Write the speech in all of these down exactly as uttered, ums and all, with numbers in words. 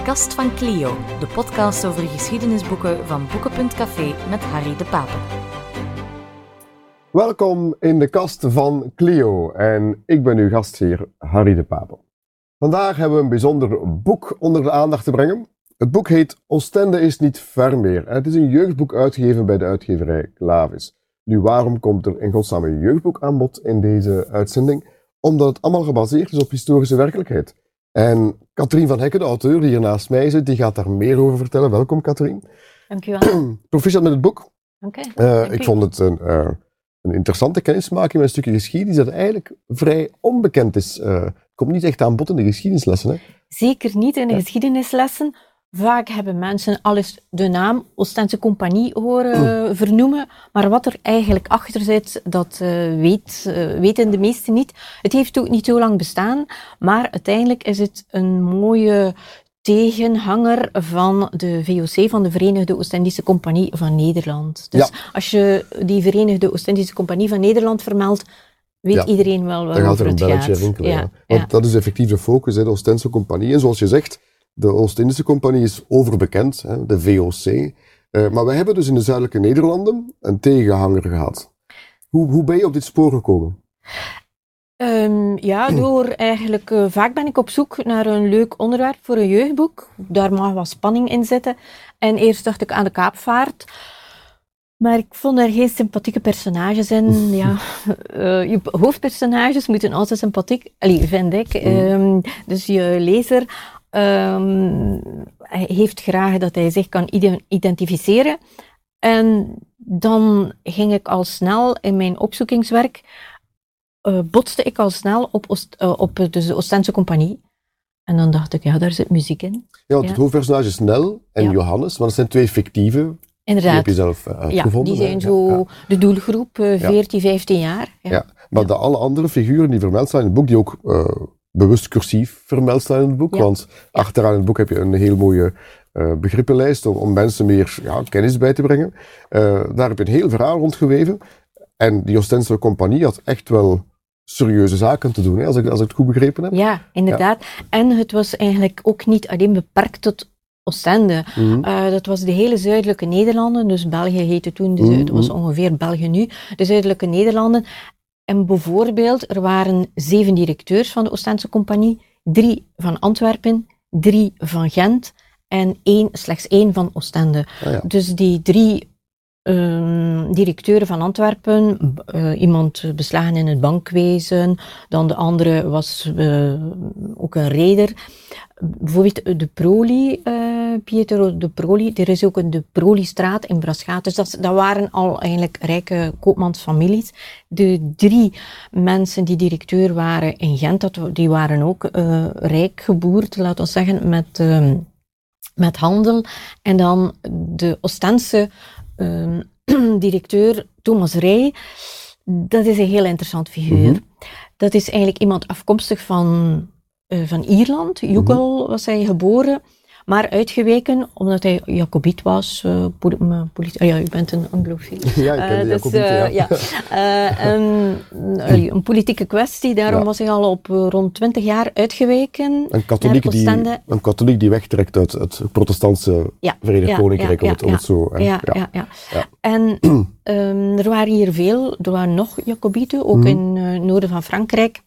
Kast van Clio, de podcast over geschiedenisboeken van Boeken punt café met Harry de Pape. Welkom in de kast van Clio en ik ben uw gastheer Harry de Pape. Vandaag hebben we een bijzonder boek onder de aandacht te brengen. Het boek heet Oostende is niet ver meer. Het is een jeugdboek uitgegeven bij de uitgeverij Clavis. Nu, waarom komt er in godsnaam een jeugdboek aan bod in deze uitzending? Omdat het allemaal gebaseerd is op historische werkelijkheid. En Katrien van Hekken, de auteur die hier naast mij zit, die gaat daar meer over vertellen. Welkom, Katrien. Dank u wel. Proficiat met het boek. Oké. Okay. Uh, ik vond het een, uh, een interessante kennismaking met een stukje geschiedenis dat eigenlijk vrij onbekend is. Uh, het komt niet echt aan bod in de geschiedenislessen, hè? Zeker niet in de ja. geschiedenislessen. Vaak hebben mensen al eens de naam Oostense Compagnie horen uh, vernoemen, maar wat er eigenlijk achter zit, dat uh, weet, uh, weten de meesten niet. Het heeft ook niet zo lang bestaan, maar uiteindelijk is het een mooie tegenhanger van de V O C, van de Verenigde Oostindische Compagnie van Nederland. Dus ja. als je die Verenigde Oostindische Compagnie van Nederland vermeldt, weet ja. iedereen wel waarover het gaat. Dan gaat er een belletje rinkelen. Ja. Ja. Want ja. dat is effectief de focus, hè, de Oostense Compagnie. En zoals je zegt, de Oost-Indische Compagnie is overbekend, hè, de V O C. Uh, maar wij hebben dus in de zuidelijke Nederlanden een tegenhanger gehad. Hoe, hoe ben je op dit spoor gekomen? Um, ja, door eigenlijk... Uh, vaak ben ik op zoek naar een leuk onderwerp voor een jeugdboek. Daar mag wat spanning in zitten. En eerst dacht ik aan de Kaapvaart. Maar ik vond er geen sympathieke personages in. Ja, uh, je hoofdpersonages moeten altijd sympathiek... Allee, vind ik. Um, dus je lezer... Um, hij heeft graag dat hij zich kan identificeren. En dan ging ik al snel in mijn opzoekingswerk, uh, botste ik al snel op, Oost, uh, op dus de Oostense Compagnie. En dan dacht ik, ja, daar zit muziek in. Ja, want ja. het hoofdpersonage is Nel en ja. Johannes, maar dat zijn twee fictieve. Inderdaad. Die heb je zelf uh, uitgevonden. Ja, die zijn zo ja. de doelgroep, uh, veertien, vijftien jaar. Ja, ja. maar ja. de alle andere figuren die vermeld staan in het boek, die ook... Uh, bewust cursief vermeld staan in het boek, ja. want achteraan in het boek heb je een heel mooie uh, begrippenlijst om, om mensen meer ja, kennis bij te brengen. Uh, daar heb je een heel verhaal rondgeweven. En die Oostense Compagnie had echt wel serieuze zaken te doen, hè, als, ik, als ik het goed begrepen heb. Ja, inderdaad. Ja. En het was eigenlijk ook niet alleen beperkt tot Oostende. Mm-hmm. Uh, dat was de hele zuidelijke Nederlanden, dus België heette toen, de, mm-hmm. dat was ongeveer België nu, de zuidelijke Nederlanden. En bijvoorbeeld, er waren zeven directeurs van de Oostense Compagnie, drie van Antwerpen, drie van Gent en één, slechts één van Oostende. Oh ja. Dus die drie um, directeuren van Antwerpen, uh, iemand beslagen in het bankwezen, dan de andere was uh, ook een reder. Bijvoorbeeld de Proli, uh, Pietro de Proli, er is ook een de Proli-straat in Braschaat. Dus dat, dat waren al eigenlijk rijke koopmansfamilies. De drie mensen die directeur waren in Gent, dat, die waren ook uh, rijk geboerd, laten we zeggen, met, uh, met handel. En dan de Oostense uh, directeur Thomas Rey, dat is een heel interessant figuur. Mm-hmm. Dat is eigenlijk iemand afkomstig van... Uh, van Ierland, Youghal mm-hmm. was hij geboren, maar uitgeweken omdat hij Jacobiet was. Uh, poli- politi- oh ja, u bent een anglofiel. Ja, ik ken uh, de Jacobiet, dus, uh, ja. ja. uh, een, uh, een politieke kwestie, daarom ja. was hij al op uh, rond twintig jaar uitgeweken. Een katholiek, die, een katholiek die wegtrekt uit het protestantse ja. Verenigd ja, Koninkrijk, ja, ja, om, het, om ja. het zo... En, ja, ja. Ja, ja. Ja. En um, er waren hier veel, er waren nog Jacobieten, ook mm. in het uh, noorden van Frankrijk.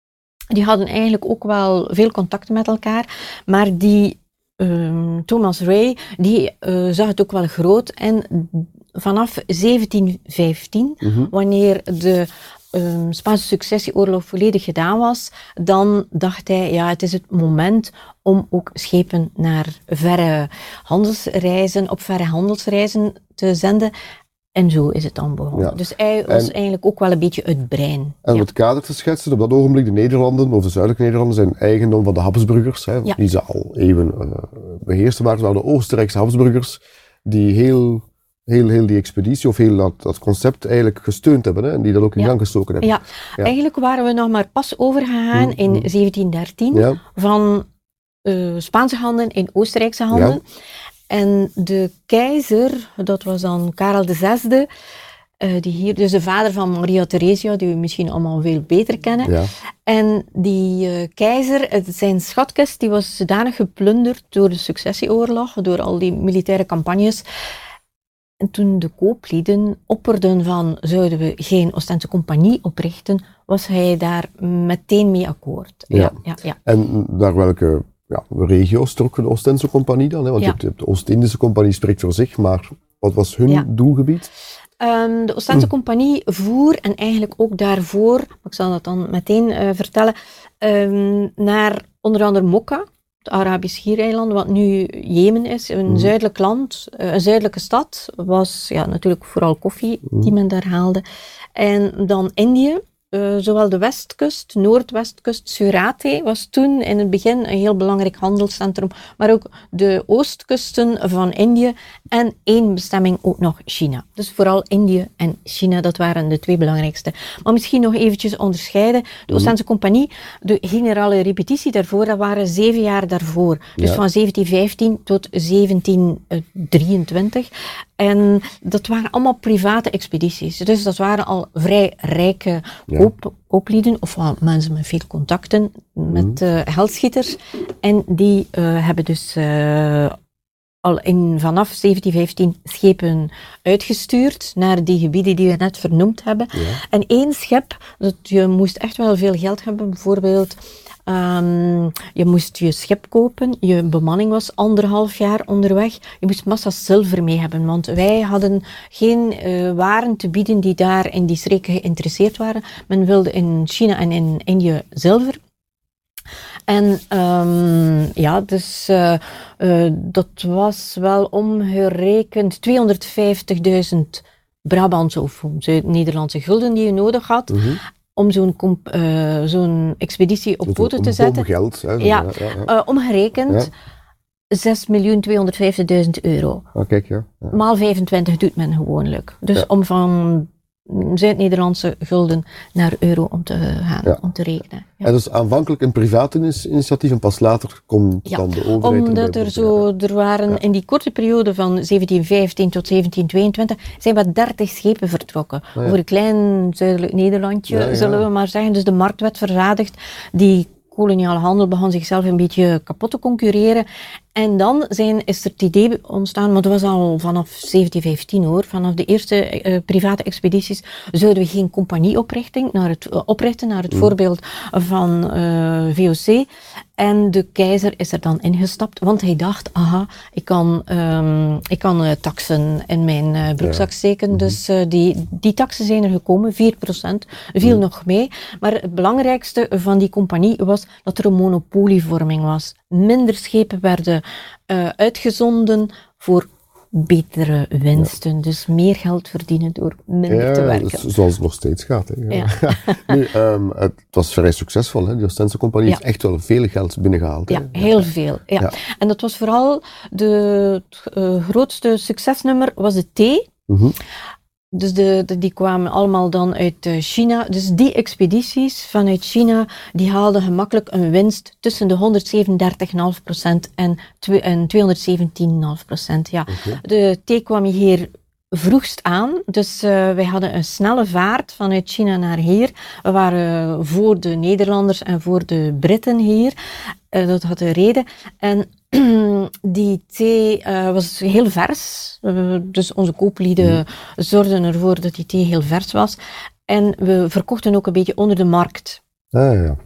Die hadden eigenlijk ook wel veel contacten met elkaar, maar die um, Thomas Rey, die uh, zag het ook wel groot. En vanaf zeventien vijftien, mm-hmm. wanneer de um, Spaanse successieoorlog volledig gedaan was, dan dacht hij, ja, het is het moment om ook schepen naar verre handelsreizen, op verre handelsreizen te zenden. En zo is het dan begonnen. Ja. Dus hij was en, eigenlijk ook wel een beetje het brein. En om ja. het kader te schetsen, op dat ogenblik de Nederlanden, of de zuidelijke Nederlanden, zijn eigendom van de Habsburgers, hè, ja. die ze al eeuwen uh, beheersten waren. Het waren de Oostenrijkse Habsburgers, die heel, heel, heel die expeditie, of heel dat, dat concept eigenlijk gesteund hebben, hè, en die dat ook in ja. gang gestoken hebben. Ja. ja, eigenlijk waren we nog maar pas overgegaan mm, in mm. zeventien dertien ja. van uh, Spaanse handen in Oostenrijkse handen. Ja. En de keizer, dat was dan Karel de Zesde, Uh, die hier, dus de vader van Maria Theresia, die we misschien allemaal veel beter kennen. Ja. En die uh, keizer, zijn schatkist, die was zodanig geplunderd door de successieoorlog, door al die militaire campagnes. En toen de kooplieden opperden van, zouden we geen Ostendse compagnie oprichten, was hij daar meteen mee akkoord. Ja. Ja, ja, ja. En naar welke ja, regio's trok de Ostendse compagnie dan? Hè? Want ja. je hebt de Oost-Indische compagnie spreekt voor zich, maar wat was hun ja. doelgebied? Um, de Ostendse hm. compagnie voer, en eigenlijk ook daarvoor, ik zal dat dan meteen uh, vertellen, um, naar onder andere Mokka, het Arabisch Schiereiland, wat nu Jemen is, een mm. zuidelijk land, een zuidelijke stad, was ja, natuurlijk vooral koffie mm. die men daar haalde. En dan Indië, uh, zowel de westkust, noordwestkust, Surate was toen in het begin een heel belangrijk handelscentrum, maar ook de oostkusten van Indië en één bestemming ook nog China. Dus vooral Indië en China, dat waren de twee belangrijkste. Maar misschien nog eventjes onderscheiden. De Ostendse Compagnie, de generale repetitie daarvoor, dat waren zeven jaar daarvoor. Dus ja. van zeventien vijftien tot zeventien drieëntwintig. En dat waren allemaal private expedities. Dus dat waren al vrij rijke ja. koop, kooplieden, of uh, mensen met veel contacten met uh, geldschieters. En die uh, hebben dus uh, al in, vanaf zeventien vijftien schepen uitgestuurd naar die gebieden die we net vernoemd hebben. Ja. En één schip, dat je moest echt wel veel geld hebben, bijvoorbeeld. Um, je moest je schip kopen, je bemanning was anderhalf jaar onderweg, je moest massa zilver mee hebben, want wij hadden geen uh, waren te bieden die daar in die streken geïnteresseerd waren. Men wilde in China en in Indië zilver. En um, ja, dus uh, uh, dat was wel omgerekend tweehonderdvijftigduizend Brabantse of Zuid-Nederlandse gulden die je nodig had. Mm-hmm. Om zo'n, comp, uh, zo'n expeditie op poten te zetten. Om geld. Hè, zo, ja, ja, ja. Uh, omgerekend ja. zes miljoen tweehonderdvijftigduizend euro. Oh, kijk, ja. Ja. Maal vijfentwintig doet men gewoonlijk. Dus ja. om van Zuid-Nederlandse gulden naar euro om te gaan, ja. om te rekenen. Ja. En dus aanvankelijk een privaat initiatief en pas later komt ja. dan de overheid. Omdat er zo, er waren ja. in die korte periode van zeventien vijftien tot zeventien tweeëntwintig zijn wat dertig schepen vertrokken. Ah, ja. Over een klein zuidelijk Nederlandje, ja, ja. zullen we maar zeggen. Dus de markt werd verzadigd. Die koloniale handel begon zichzelf een beetje kapot te concurreren. En dan zijn, is er het idee ontstaan, maar dat was al vanaf zeventien vijftien hoor, vanaf de eerste uh, private expedities, zouden we geen compagnie oprichten, naar het, uh, oprichten, naar het mm. voorbeeld van uh, V O C. En de keizer is er dan ingestapt, want hij dacht, aha, ik kan, um, ik kan uh, taksen in mijn uh, broekzak ja. steken. Mm-hmm. Dus uh, die, die taksen zijn er gekomen, vier procent, viel mm. nog mee. Maar het belangrijkste van die compagnie was dat er een monopolievorming was. Minder schepen werden uh, uitgezonden voor betere winsten. Ja. Dus meer geld verdienen door minder ja, te werken. Dus zoals het nog steeds gaat. Hè. Ja. Ja. nu, um, het was vrij succesvol. Hè. Die Ostendse Compagnie ja. heeft echt wel veel geld binnengehaald. Ja, hè. heel veel. Ja. Ja. En dat was vooral de, het uh, grootste succesnummer was de thee. Mm-hmm. Dus de, de, die kwamen allemaal dan uit uh, China. Dus die expedities vanuit China, die haalden gemakkelijk een winst tussen de honderdzevenendertig komma vijf procent en, en tweehonderdzeventien komma vijf procent. Ja. Okay. De thee kwam hier vroegst aan, dus uh, wij hadden een snelle vaart vanuit China naar hier. We waren voor de Nederlanders en voor de Britten hier. Uh, dat had een reden. En die thee uh, was heel vers. Uh, dus onze kooplieden mm. zorgden ervoor dat die thee heel vers was. En we verkochten ook een beetje onder de markt. Ah, ja.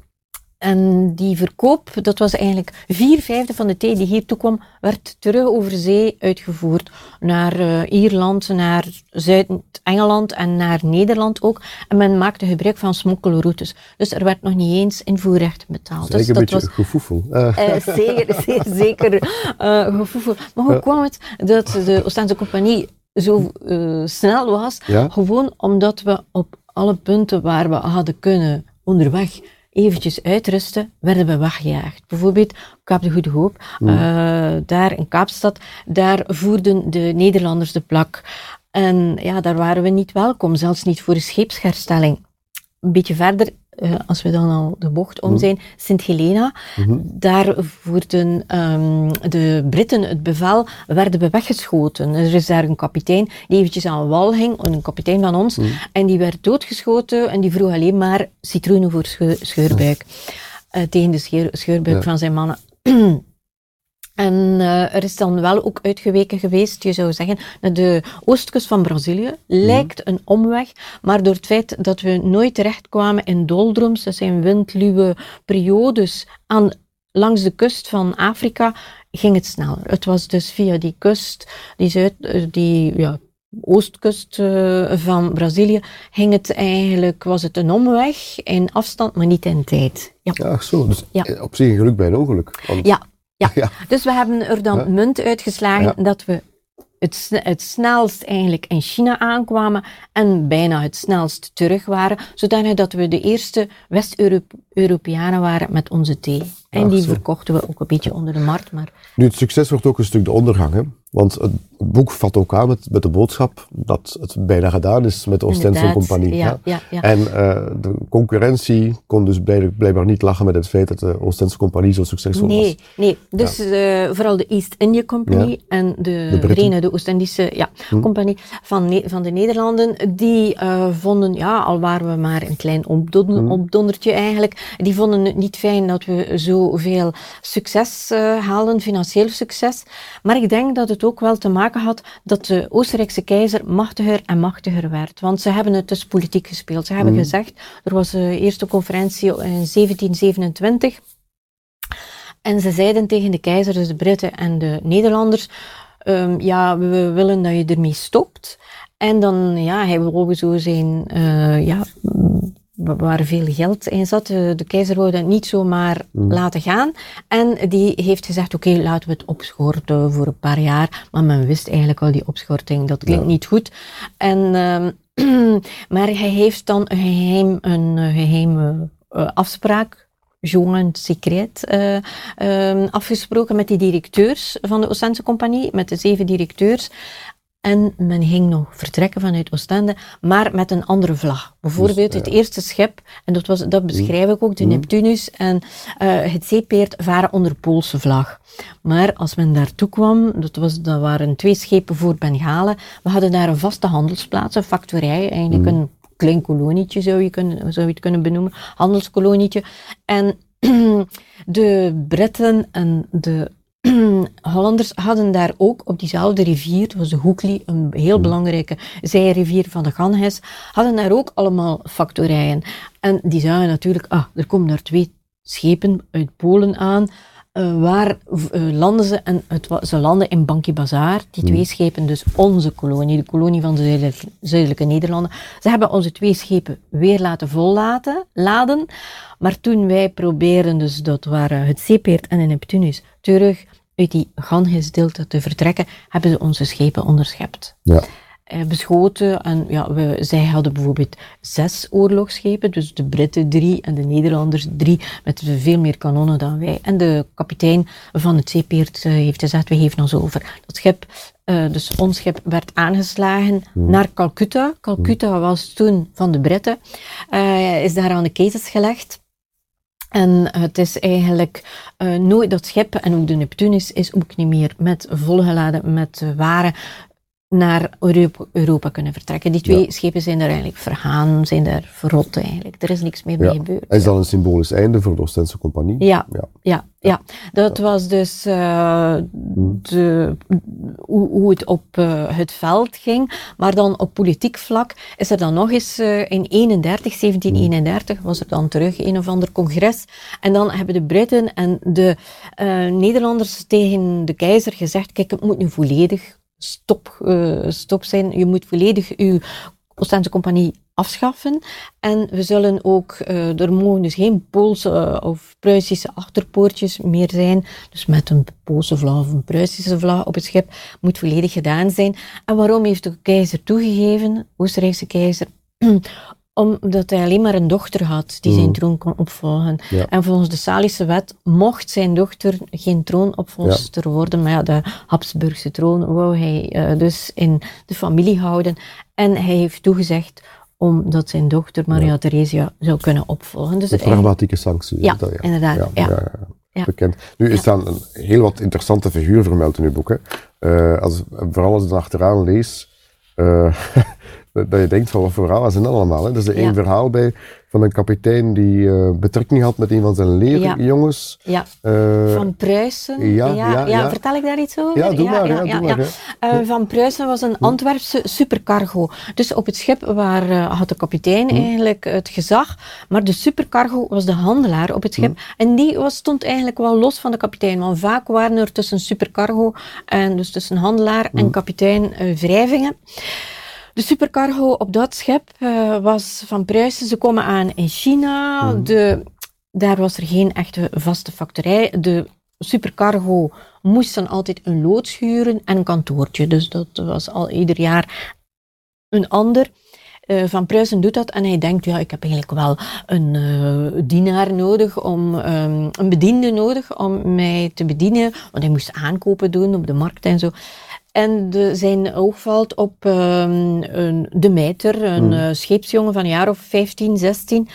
En die verkoop, dat was eigenlijk vier vijfde van de thee die hier toekwam, werd terug over zee uitgevoerd. Naar uh, Ierland, naar Zuid-Engeland en naar Nederland ook. En men maakte gebruik van smokkelroutes. Dus er werd nog niet eens invoerrecht betaald. Dus dat een beetje was gefoefel. Uh, zeker, zeer zeker uh, gefoefel. Maar hoe kwam het dat de Ostendse Compagnie zo uh, snel was? Ja? Gewoon omdat we op alle punten waar we hadden kunnen onderweg eventjes uitrusten, werden we weggejaagd. Bijvoorbeeld Kaap de Goede Hoop, mm. uh, daar in Kaapstad, daar voerden de Nederlanders de plak. En ja, daar waren we niet welkom, zelfs niet voor een scheepsherstelling. Een beetje verder uh, als we dan al de bocht om zijn, mm-hmm. Sint Helena. Mm-hmm. Daar voerden um, de Britten het bevel, werden we weggeschoten. Er is daar een kapitein die eventjes aan wal hing, een kapitein van ons, mm-hmm. en die werd doodgeschoten en die vroeg alleen maar citroenen voor scheur, scheurbuik. Uh, tegen de scheur, scheurbuik ja. van zijn mannen. En uh, er is dan wel ook uitgeweken geweest, je zou zeggen, naar de oostkust van Brazilië. Lijkt een omweg, maar door het feit dat we nooit terechtkwamen in doldrums, dat zijn windluwe periodes aan, langs de kust van Afrika, ging het sneller. Het was dus via die kust, die, Zuid, die ja, oostkust uh, van Brazilië, ging het eigenlijk, was het een omweg in afstand, maar niet in tijd. Ja, ja zo. Dus ja. op zich een geluk bij een ongeluk. Want... Ja. Ja. ja, dus we hebben er dan ja. munt uitgeslagen ja. dat we het, het snelst eigenlijk in China aankwamen en bijna het snelst terug waren, zodanig dat we de eerste West-Europeanen waren met onze thee. En Ach, die zo. verkochten we ook een beetje onder de markt. Maar... Nu, het succes wordt ook een stuk de ondergang, hè? Want het boek vat ook aan met, met de boodschap dat het bijna gedaan is met de Oostendse Compagnie. Ja, ja, ja. En uh, de concurrentie kon dus blijkbaar, blijkbaar niet lachen met het feit dat de Oostendse Compagnie zo succesvol nee, was. Nee, dus ja. uh, vooral de East India Company ja. en de, de Verenigde Oost-Indische ja, hm. Compagnie van, ne- van de Nederlanden, die uh, vonden, ja, al waren we maar een klein opdon- hm. opdondertje eigenlijk, die vonden het niet fijn dat we zoveel succes uh, haalden, financieel succes. Maar ik denk dat het ook wel te maken had dat de Oostenrijkse keizer machtiger en machtiger werd. Want ze hebben het dus politiek gespeeld. Ze hebben mm. gezegd, er was de eerste conferentie in zeventien zevenentwintig. En ze zeiden tegen de keizer, dus de Britten en de Nederlanders, um, ja, we willen dat je ermee stopt. En dan, ja, hij wilde zo zijn, uh, ja... waar veel geld in zat. De keizer wou dat niet zomaar mm. laten gaan. En die heeft gezegd, oké, okay, laten we het opschorten voor een paar jaar. Maar men wist eigenlijk al die opschorting, dat klinkt ja. niet goed. En, uh, maar hij heeft dan een geheim, een geheime uh, afspraak, joint secret, uh, uh, afgesproken met die directeurs van de Oostendse Compagnie, met de zeven directeurs. En men ging nog vertrekken vanuit Oostende, maar met een andere vlag. Bijvoorbeeld dus, uh, het eerste schip, en dat, was, dat beschrijf ik ook, de mm. Neptunus en uh, het zeepeert varen onder Poolse vlag. Maar als men daartoe kwam, dat, was, dat waren twee schepen voor Bengalen, we hadden daar een vaste handelsplaats, een factorij, eigenlijk mm. een klein kolonietje zou je, kunnen, zou je het kunnen benoemen, handelskolonietje. En de Britten en de Hollanders hadden daar ook op diezelfde rivier, het was de Hoekli, een heel belangrijke zijrivier van de Ganges, hadden daar ook allemaal factorijen. En die zagen natuurlijk, ah, er komen daar twee schepen uit Polen aan, uh, waar uh, landen ze? En het, ze landen in Banki Bazaar, die twee schepen, dus onze kolonie, de kolonie van de zuidelijke, zuidelijke Nederlanden. Ze hebben onze twee schepen weer laten vollaten, laden, maar toen wij probeerden, dus dat waren het zeepeert en de Neptunus, terug uit die Gangesdelta te vertrekken, hebben ze onze schepen onderschept. Ja. Uh, beschoten en ja, we, zij hadden bijvoorbeeld zes oorlogsschepen, dus de Britten drie en de Nederlanders drie, met veel meer kanonnen dan wij. En de kapitein van het zeepeert uh, heeft gezegd, we geven ons over. Dat schip, uh, dus ons schip werd aangeslagen mm. naar Calcutta. Calcutta mm. was toen van de Britten, uh, is daar aan de ketens gelegd. En het is eigenlijk uh, nooit dat schip, en ook de Neptunus, is ook niet meer met volgeladen met uh, waren naar Europa, Europa kunnen vertrekken. Die twee ja. schepen zijn daar eigenlijk vergaan, zijn daar verrot eigenlijk. Er is niks meer ja. mee gebeurd. Is dat een symbolisch einde voor de Oostendse Compagnie? Ja, ja, ja. ja. Dat ja. was dus uh, de, hoe, hoe het op uh, het veld ging. Maar dan op politiek vlak is er dan nog eens uh, in eenendertig, zeventien eenendertig was er dan terug een of ander congres. En dan hebben de Britten en de uh, Nederlanders tegen de keizer gezegd, kijk, het moet nu volledig Stop, uh, stop zijn. Je moet volledig uw Oostendse Compagnie afschaffen. En we zullen ook, uh, er mogen dus geen Poolse uh, of Pruisische achterpoortjes meer zijn. Dus met een Poolse vlag of een Pruisische vlag op het schip moet volledig gedaan zijn. En waarom heeft de keizer toegegeven, Oostenrijkse keizer, omdat hij alleen maar een dochter had die zijn mm. troon kon opvolgen. Ja. En volgens de Salische wet mocht zijn dochter geen troonopvolgster ja. worden. Maar ja, de Habsburgse troon wou hij uh, dus in de familie houden. En hij heeft toegezegd omdat zijn dochter Maria Ja. Theresia zou kunnen opvolgen. Dus Een pragmatieke sanctie. Ja, dat, ja. inderdaad. Ja. Ja, ja, ja. Ja. Bekend. Nu is daar een heel wat interessante figuur vermeld in uw boek. Hè. Uh, als, vooral als je het achteraan leest, uh, dat je denkt van wat voor verhalen zijn dat allemaal. Hè. Er is er één Ja. verhaal bij van een kapitein die uh, betrekking had met een van zijn leerjongens. Ja. Uh, Van Pruisen. ja, Ja, ja, ja, ja. Vertel ik daar iets over? Ja, doe maar. Ja, ja, doe ja. maar ja. Uh, Van Pruisen was een Antwerpse supercargo. Dus op het schip waar, uh, had de kapitein Hm. eigenlijk het gezag, maar de supercargo was de handelaar op het schip. Hm. En die was, stond eigenlijk wel los van de kapitein, want vaak waren er tussen supercargo en dus tussen handelaar Hm. en kapitein uh, wrijvingen. De supercargo op dat schip uh, was van Pruisen. Ze komen aan in China. Mm. De, daar was er geen echte vaste factorij. De supercargo moest dan altijd een loods huren en een kantoortje. Dus dat was al ieder jaar een ander. Uh, Van Pruisen doet dat en hij denkt, ja, ik heb eigenlijk wel een uh, dienaar nodig, om, um, een bediende nodig om mij te bedienen. Want hij moest aankopen doen op de markt en zo. En de, zijn oog valt op um, een, de mijter, een Mm. uh, scheepsjongen van een jaar of vijftien, zestien.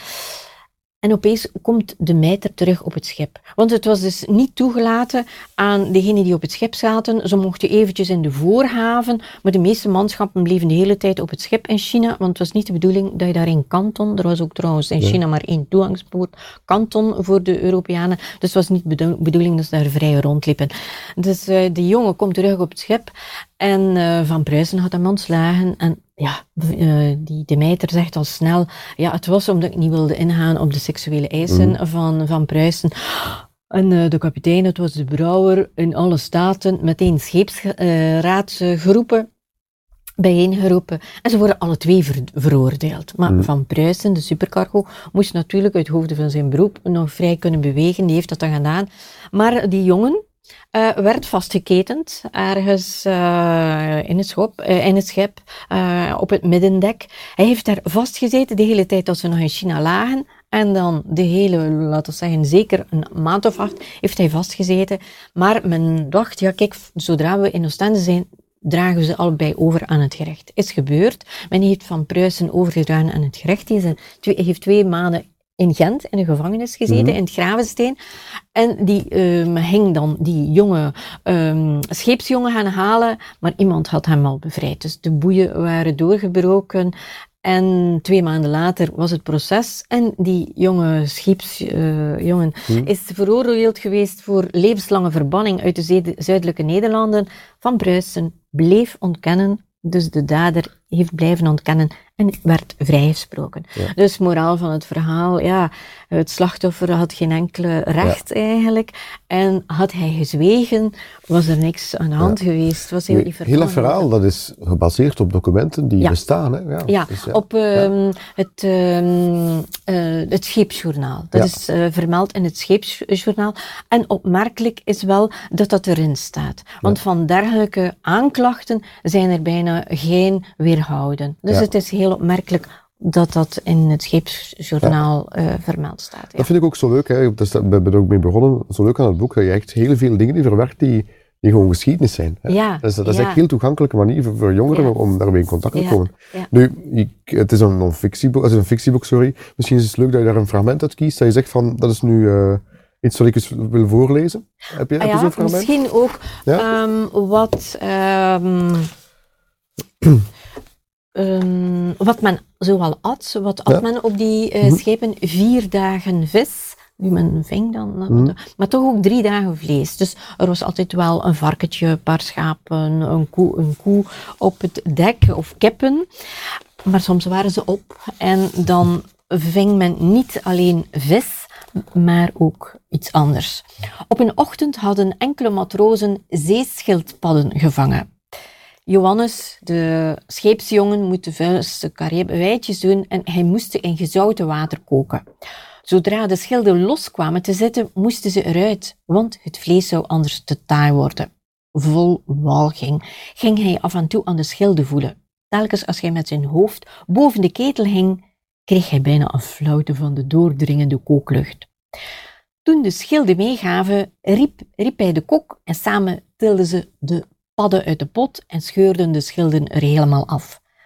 En opeens komt de mijter terug op het schip. Want het was dus niet toegelaten aan degenen die op het schip zaten. Ze mochten eventjes in de voorhaven, maar de meeste manschappen bleven de hele tijd op het schip in China. Want het was niet de bedoeling dat je daar in Kanton, er was ook trouwens in Ja. China maar één toegangspoort, Kanton voor de Europeanen. Dus het was niet de bedoeling dat ze daar vrij rondliepen. Dus uh, de jongen komt terug op het schip en uh, Van Pruisen had hem ontslagen. En ja, uh, die de mijter zegt al snel, ja, het was omdat ik niet wilde ingaan op de seksuele eisen Mm. van Van Pruisen. En uh, de kapitein, het was de brouwer in alle staten, meteen scheepsraadsgroepen uh, bijeengeroepen. En ze worden alle twee ver- veroordeeld. Maar Mm. Van Pruisen, de supercargo, moest natuurlijk uit hoofde van zijn beroep nog vrij kunnen bewegen. Die heeft dat dan gedaan. Maar die jongen Uh, werd vastgeketend ergens uh, in het schip, uh, in het schip uh, op het middendek. Hij heeft daar vastgezeten de hele tijd dat ze nog in China lagen. En dan de hele, laten we zeggen, zeker een maand of acht heeft hij vastgezeten. Maar men dacht, ja kijk, zodra we in Oostende zijn, dragen we ze allebei over aan het gerecht. Is gebeurd. Men heeft Van Pruisen overgedragen aan het gerecht. Hij, zijn, twee, hij heeft twee maanden in Gent, in de gevangenis gezeten, Mm-hmm. in het Gravensteen. En die um, ging dan die jonge um, scheepsjongen gaan halen, maar iemand had hem al bevrijd. Dus de boeien waren doorgebroken. En twee maanden later was het proces. En die jonge scheepsjongen uh, Mm. is veroordeeld geweest voor levenslange verbanning uit de zuid- zuidelijke Nederlanden. Van Pruisen bleef ontkennen. Dus de dader heeft blijven ontkennen en werd vrijgesproken. Ja. Dus moraal van het verhaal, ja, het slachtoffer had geen enkele recht ja. eigenlijk. En had hij gezwegen, was er niks aan de hand ja. geweest. Was heel, die hele verhaal, dat is gebaseerd op documenten die ja. bestaan. Hè? Ja, ja. Dus, ja. op um, ja. het, um, uh, het scheepsjournaal. Dat ja. is uh, vermeld in het scheepsjournaal. En opmerkelijk is wel dat dat erin staat. Want ja. van dergelijke aanklachten zijn er bijna geen weerhouden. Dus ja. het is heel opmerkelijk dat dat in het scheepsjournaal ja. uh, vermeld staat. Ja. Dat vind ik ook zo leuk. Hè. Daar ben ik ook mee begonnen. Zo leuk aan het boek dat je echt heel veel dingen die verwerkt die, die gewoon geschiedenis zijn. Hè. Ja. Dus dat is ja. echt een heel toegankelijke manier voor, voor jongeren ja. om daarmee in contact te ja. komen. Ja. Nu, ik, het is een non-fictieboek, het is een fictieboek, sorry. Misschien is het leuk dat je daar een fragment uit kiest. Dat je zegt van, dat is nu uh, iets wat ik eens wil voorlezen. Heb je, ah, heb je ja, zo'n fragment? Misschien ook ja? um, wat... Um, Um, wat men zoal at, wat at ja. men op die uh, mm-hmm. schepen, vier dagen vis, nu men ving dan, mm-hmm. maar toch ook drie dagen vlees. Dus er was altijd wel een varkentje, een paar schapen, een koe, een koe op het dek, of kippen. Maar soms waren ze op en dan ving men niet alleen vis, maar ook iets anders. Op een ochtend hadden enkele matrozen zeeschildpadden gevangen. Johannes, de scheepsjongen, moet de vuilste karweitjes doen en hij moest ze in gezouten water koken. Zodra de schilden loskwamen te zitten, moesten ze eruit, want het vlees zou anders te taai worden. Vol walging ging hij af en toe aan de schilden voelen. Telkens als hij met zijn hoofd boven de ketel hing, kreeg hij bijna een flauwte van de doordringende kooklucht. Toen de schilden meegaven, riep, riep hij de kok en samen tilden ze de padden uit de pot en scheurden de schilden er helemaal af.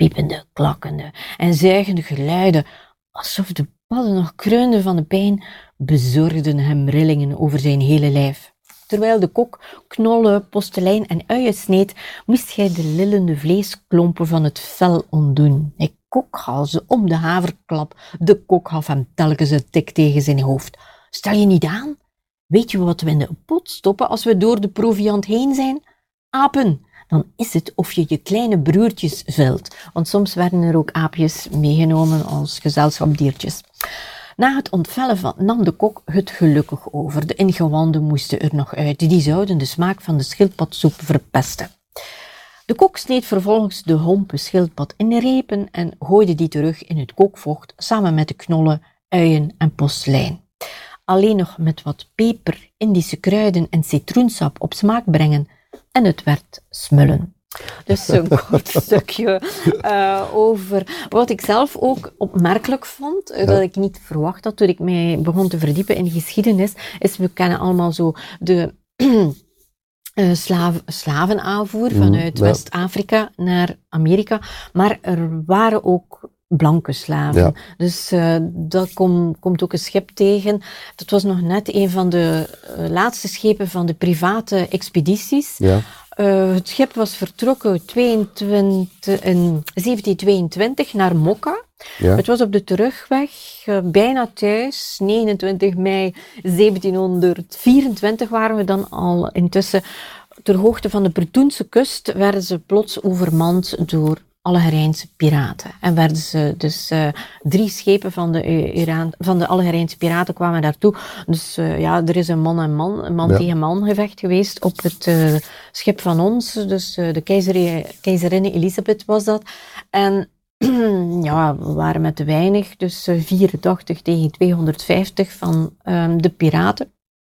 piepende, klakkende en zuigende geluiden, alsof de padden nog kreunden van de pijn, bezorgden hem rillingen over zijn hele lijf. Terwijl de kok knollen, postelijn en uien sneed, moest hij de lillende vleesklompen van het vel ontdoen. Hij kokhalzde om de haverklap. De kok gaf hem telkens een tik tegen zijn hoofd. Stel je niet aan? Weet je wat we in de pot stoppen als we door de proviand heen zijn? Apen! Dan is het of je je kleine broertjes vult. Want soms werden er ook aapjes meegenomen als gezelschapdiertjes. Na het ontvellen van, nam de kok het gelukkig over. De ingewanden moesten er nog uit. Die zouden de smaak van de schildpadsoep verpesten. De kok sneed vervolgens de hompe schildpad in repen en gooide die terug in het kookvocht samen met de knollen, uien en postelijn. Alleen nog met wat peper, Indische kruiden en citroensap op smaak brengen en het werd smullen. Dus een kort stukje uh, over wat ik zelf ook opmerkelijk vond, uh, dat ik niet verwacht had toen ik mij begon te verdiepen in geschiedenis, is we kennen allemaal zo de uh, slav, slavenaanvoer vanuit ja. West-Afrika naar Amerika, maar er waren ook blanke slaven. Ja. Dus uh, dat kom, komt ook een schip tegen. Dat was nog net een van de uh, laatste schepen van de private expedities. Ja. Uh, het schip was vertrokken tweeëntwintig, in zeventien tweeëntwintig naar Mokka. Ja. Het was op de terugweg, uh, bijna thuis. negenentwintig mei zeventienhonderdvierentwintig waren we dan al intussen. Ter hoogte van de Bretonse kust werden ze plots overmand door Algerijnse piraten. En werden ze dus uh, drie schepen van de, uh, Iran, van de Algerijnse piraten kwamen daartoe. Dus uh, ja, er is een man en man, een man ja. tegen man gevecht geweest op het uh, schip van ons. Dus uh, de keizer, keizerin Elisabeth was dat. En ja, we waren met te weinig, dus uh, vierentachtig tegen tweehonderdvijftig van um, de piraten.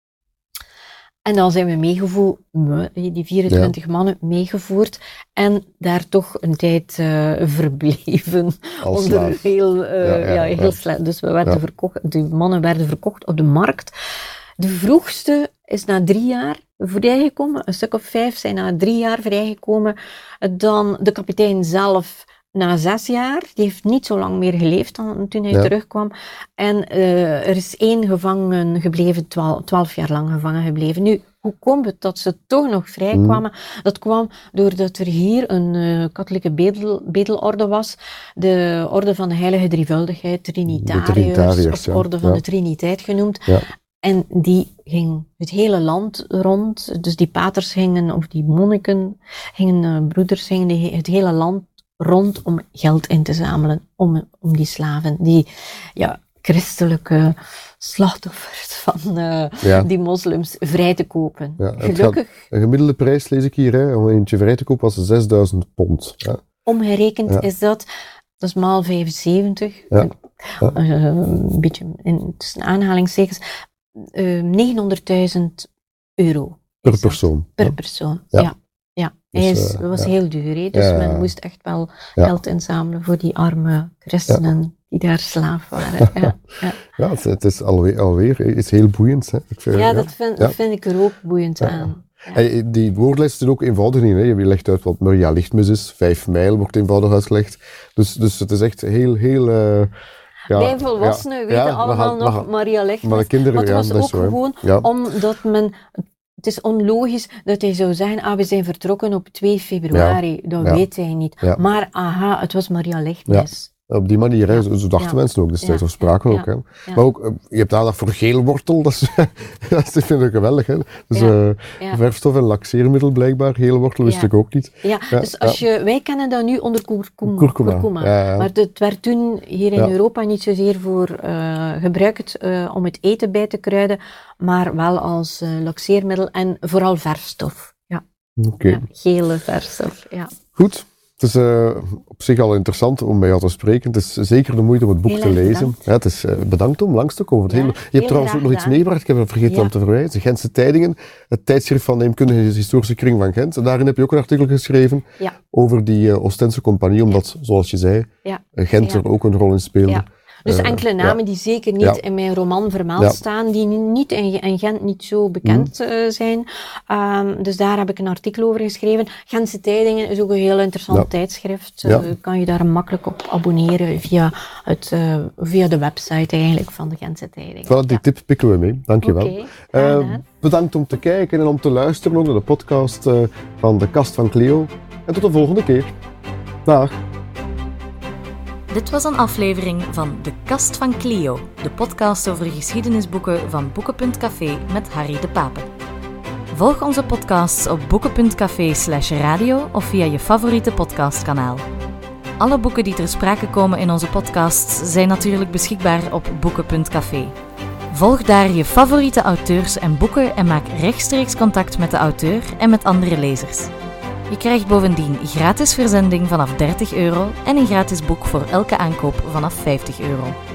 En dan zijn we meegevoerd, die vierentwintig ja. mannen meegevoerd en daar toch een tijd uh, verbleven. Als onder slaaf. heel, uh, ja, ja, ja, heel ja. slecht. Dus we werden ja. verkocht, die mannen werden verkocht op de markt. De vroegste is na drie jaar vrijgekomen. Een stuk of vijf zijn na drie jaar vrijgekomen. Dan de kapitein zelf na zes jaar. Die heeft niet zo lang meer geleefd dan toen hij ja. terugkwam. En uh, er is één gevangen gebleven, twaalf, twaalf jaar lang gevangen gebleven. Nu, hoe komt het dat ze toch nog vrijkwamen? Mm. Dat kwam doordat er hier een uh, katholieke bedel, bedelorde was. De orde van de heilige drievuldigheid, Trinitariërs, Trinitariërs of ja. orde van ja. de Triniteit genoemd. Ja. En die ging het hele land rond. Dus die paters gingen, of die monniken gingen, uh, broeders gingen die, het hele land rond om geld in te zamelen, om, om die slaven, die ja, christelijke slachtoffers van uh, ja. die moslims vrij te kopen. Ja, Gelukkig. Gaat, een gemiddelde prijs, lees ik hier, hè, om eentje vrij te kopen was zesduizend pond. Ja. Omgerekend ja. is dat, dat is maal vijfenzeventig, ja. Ja. Uh, een beetje in, tussen aanhalingstekens, uh, negenhonderdduizend euro. Per persoon. Per ja. persoon, ja. ja. Ja, Dus, hij is, uh, was ja. heel duur, hè? Dus ja, ja. men moest echt wel ja. geld inzamelen voor die arme christenen ja. die daar slaaf waren. Ja, ja. ja het, het is alweer, alweer iets heel boeiends. Hè. Ik vind, ja, ja, dat vind, ja. vind ik er ook boeiend ja. aan. Ja. En die woordlijst is ook eenvoudig niet. Hè. Je legt uit wat Maria Lichtmis is. Vijf mijl wordt eenvoudig uitgelegd. Dus, dus het is echt heel, heel... Uh, Ja, wij volwassenen ja, weten ja, allemaal gaan, nog gaan, Maria Lichtmis. Maar de kinderen, maar het ja, was dat ook is zo, gewoon ja. omdat men... Het is onlogisch dat hij zou zeggen, ah, we zijn vertrokken op twee februari. Ja. Dat ja. weet hij niet. Ja. Maar aha, het was Maria Lichtmis. Ja. Op die manier, hè, zo, zo dachten ja. mensen ook destijds, ja. of spraken ja. ook. Hè. Ja. Maar ook, je hebt aandacht voor geelwortel, dat, is, dat vind ik geweldig. Hè. Dus ja. Uh, ja. verfstof en laxeermiddel blijkbaar, geelwortel wist ja. ik ook niet. Ja, ja. dus als je, wij kennen dat nu onder kurkuma. kurkuma. kurkuma. Ja, ja. Maar het werd toen hier in ja. Europa niet zozeer voor uh, gebruikt uh, om het eten bij te kruiden, maar wel als uh, laxeermiddel en vooral verfstof. Ja. Okay. Ja, gele verfstof, ja. Goed. Het is uh, op zich al interessant om bij jou te spreken. Het is zeker de moeite om het boek heel te lezen. Bedankt. Ja, het is uh, bedankt om langs te komen. Ja, hele... Je hebt trouwens ook nog iets meegebracht. Ik heb het vergeten ja. om te verwijzen. De Gentse Tijdingen, het tijdschrift van de Heemkundige Historische Kring van Gent. En daarin heb je ook een artikel geschreven ja. over die uh, Oostense compagnie, omdat, ja. zoals je zei, ja. Gent ja. er ook een rol in speelde. Ja. Dus Uh, enkele namen ja. die zeker niet Ja. in mijn roman vermeld Ja. staan, die niet in, in Gent niet zo bekend Mm. uh, zijn. Um, dus daar heb ik een artikel over geschreven. Gentse Tijdingen is ook een heel interessant Ja. tijdschrift. Ja. Uh, kan je daar makkelijk op abonneren via, het, uh, via de website eigenlijk van de Gentse Tijdingen. Voilà, die ja. tip pikken we mee. Dankjewel. Oké, graag gedaan. Uh, bedankt om te kijken en om te luisteren naar de podcast uh, van de Kast van Clio. En tot de volgende keer. Dag. Dit was een aflevering van De Kast van Clio, de podcast over geschiedenisboeken van boeken punt café met Harry de Pape. Volg onze podcasts op boeken punt café slash radio of via je favoriete podcastkanaal. Alle boeken die ter sprake komen in onze podcasts zijn natuurlijk beschikbaar op boeken punt café. Volg daar je favoriete auteurs en boeken en maak rechtstreeks contact met de auteur en met andere lezers. Je krijgt bovendien gratis verzending vanaf dertig euro en een gratis boek voor elke aankoop vanaf vijftig euro.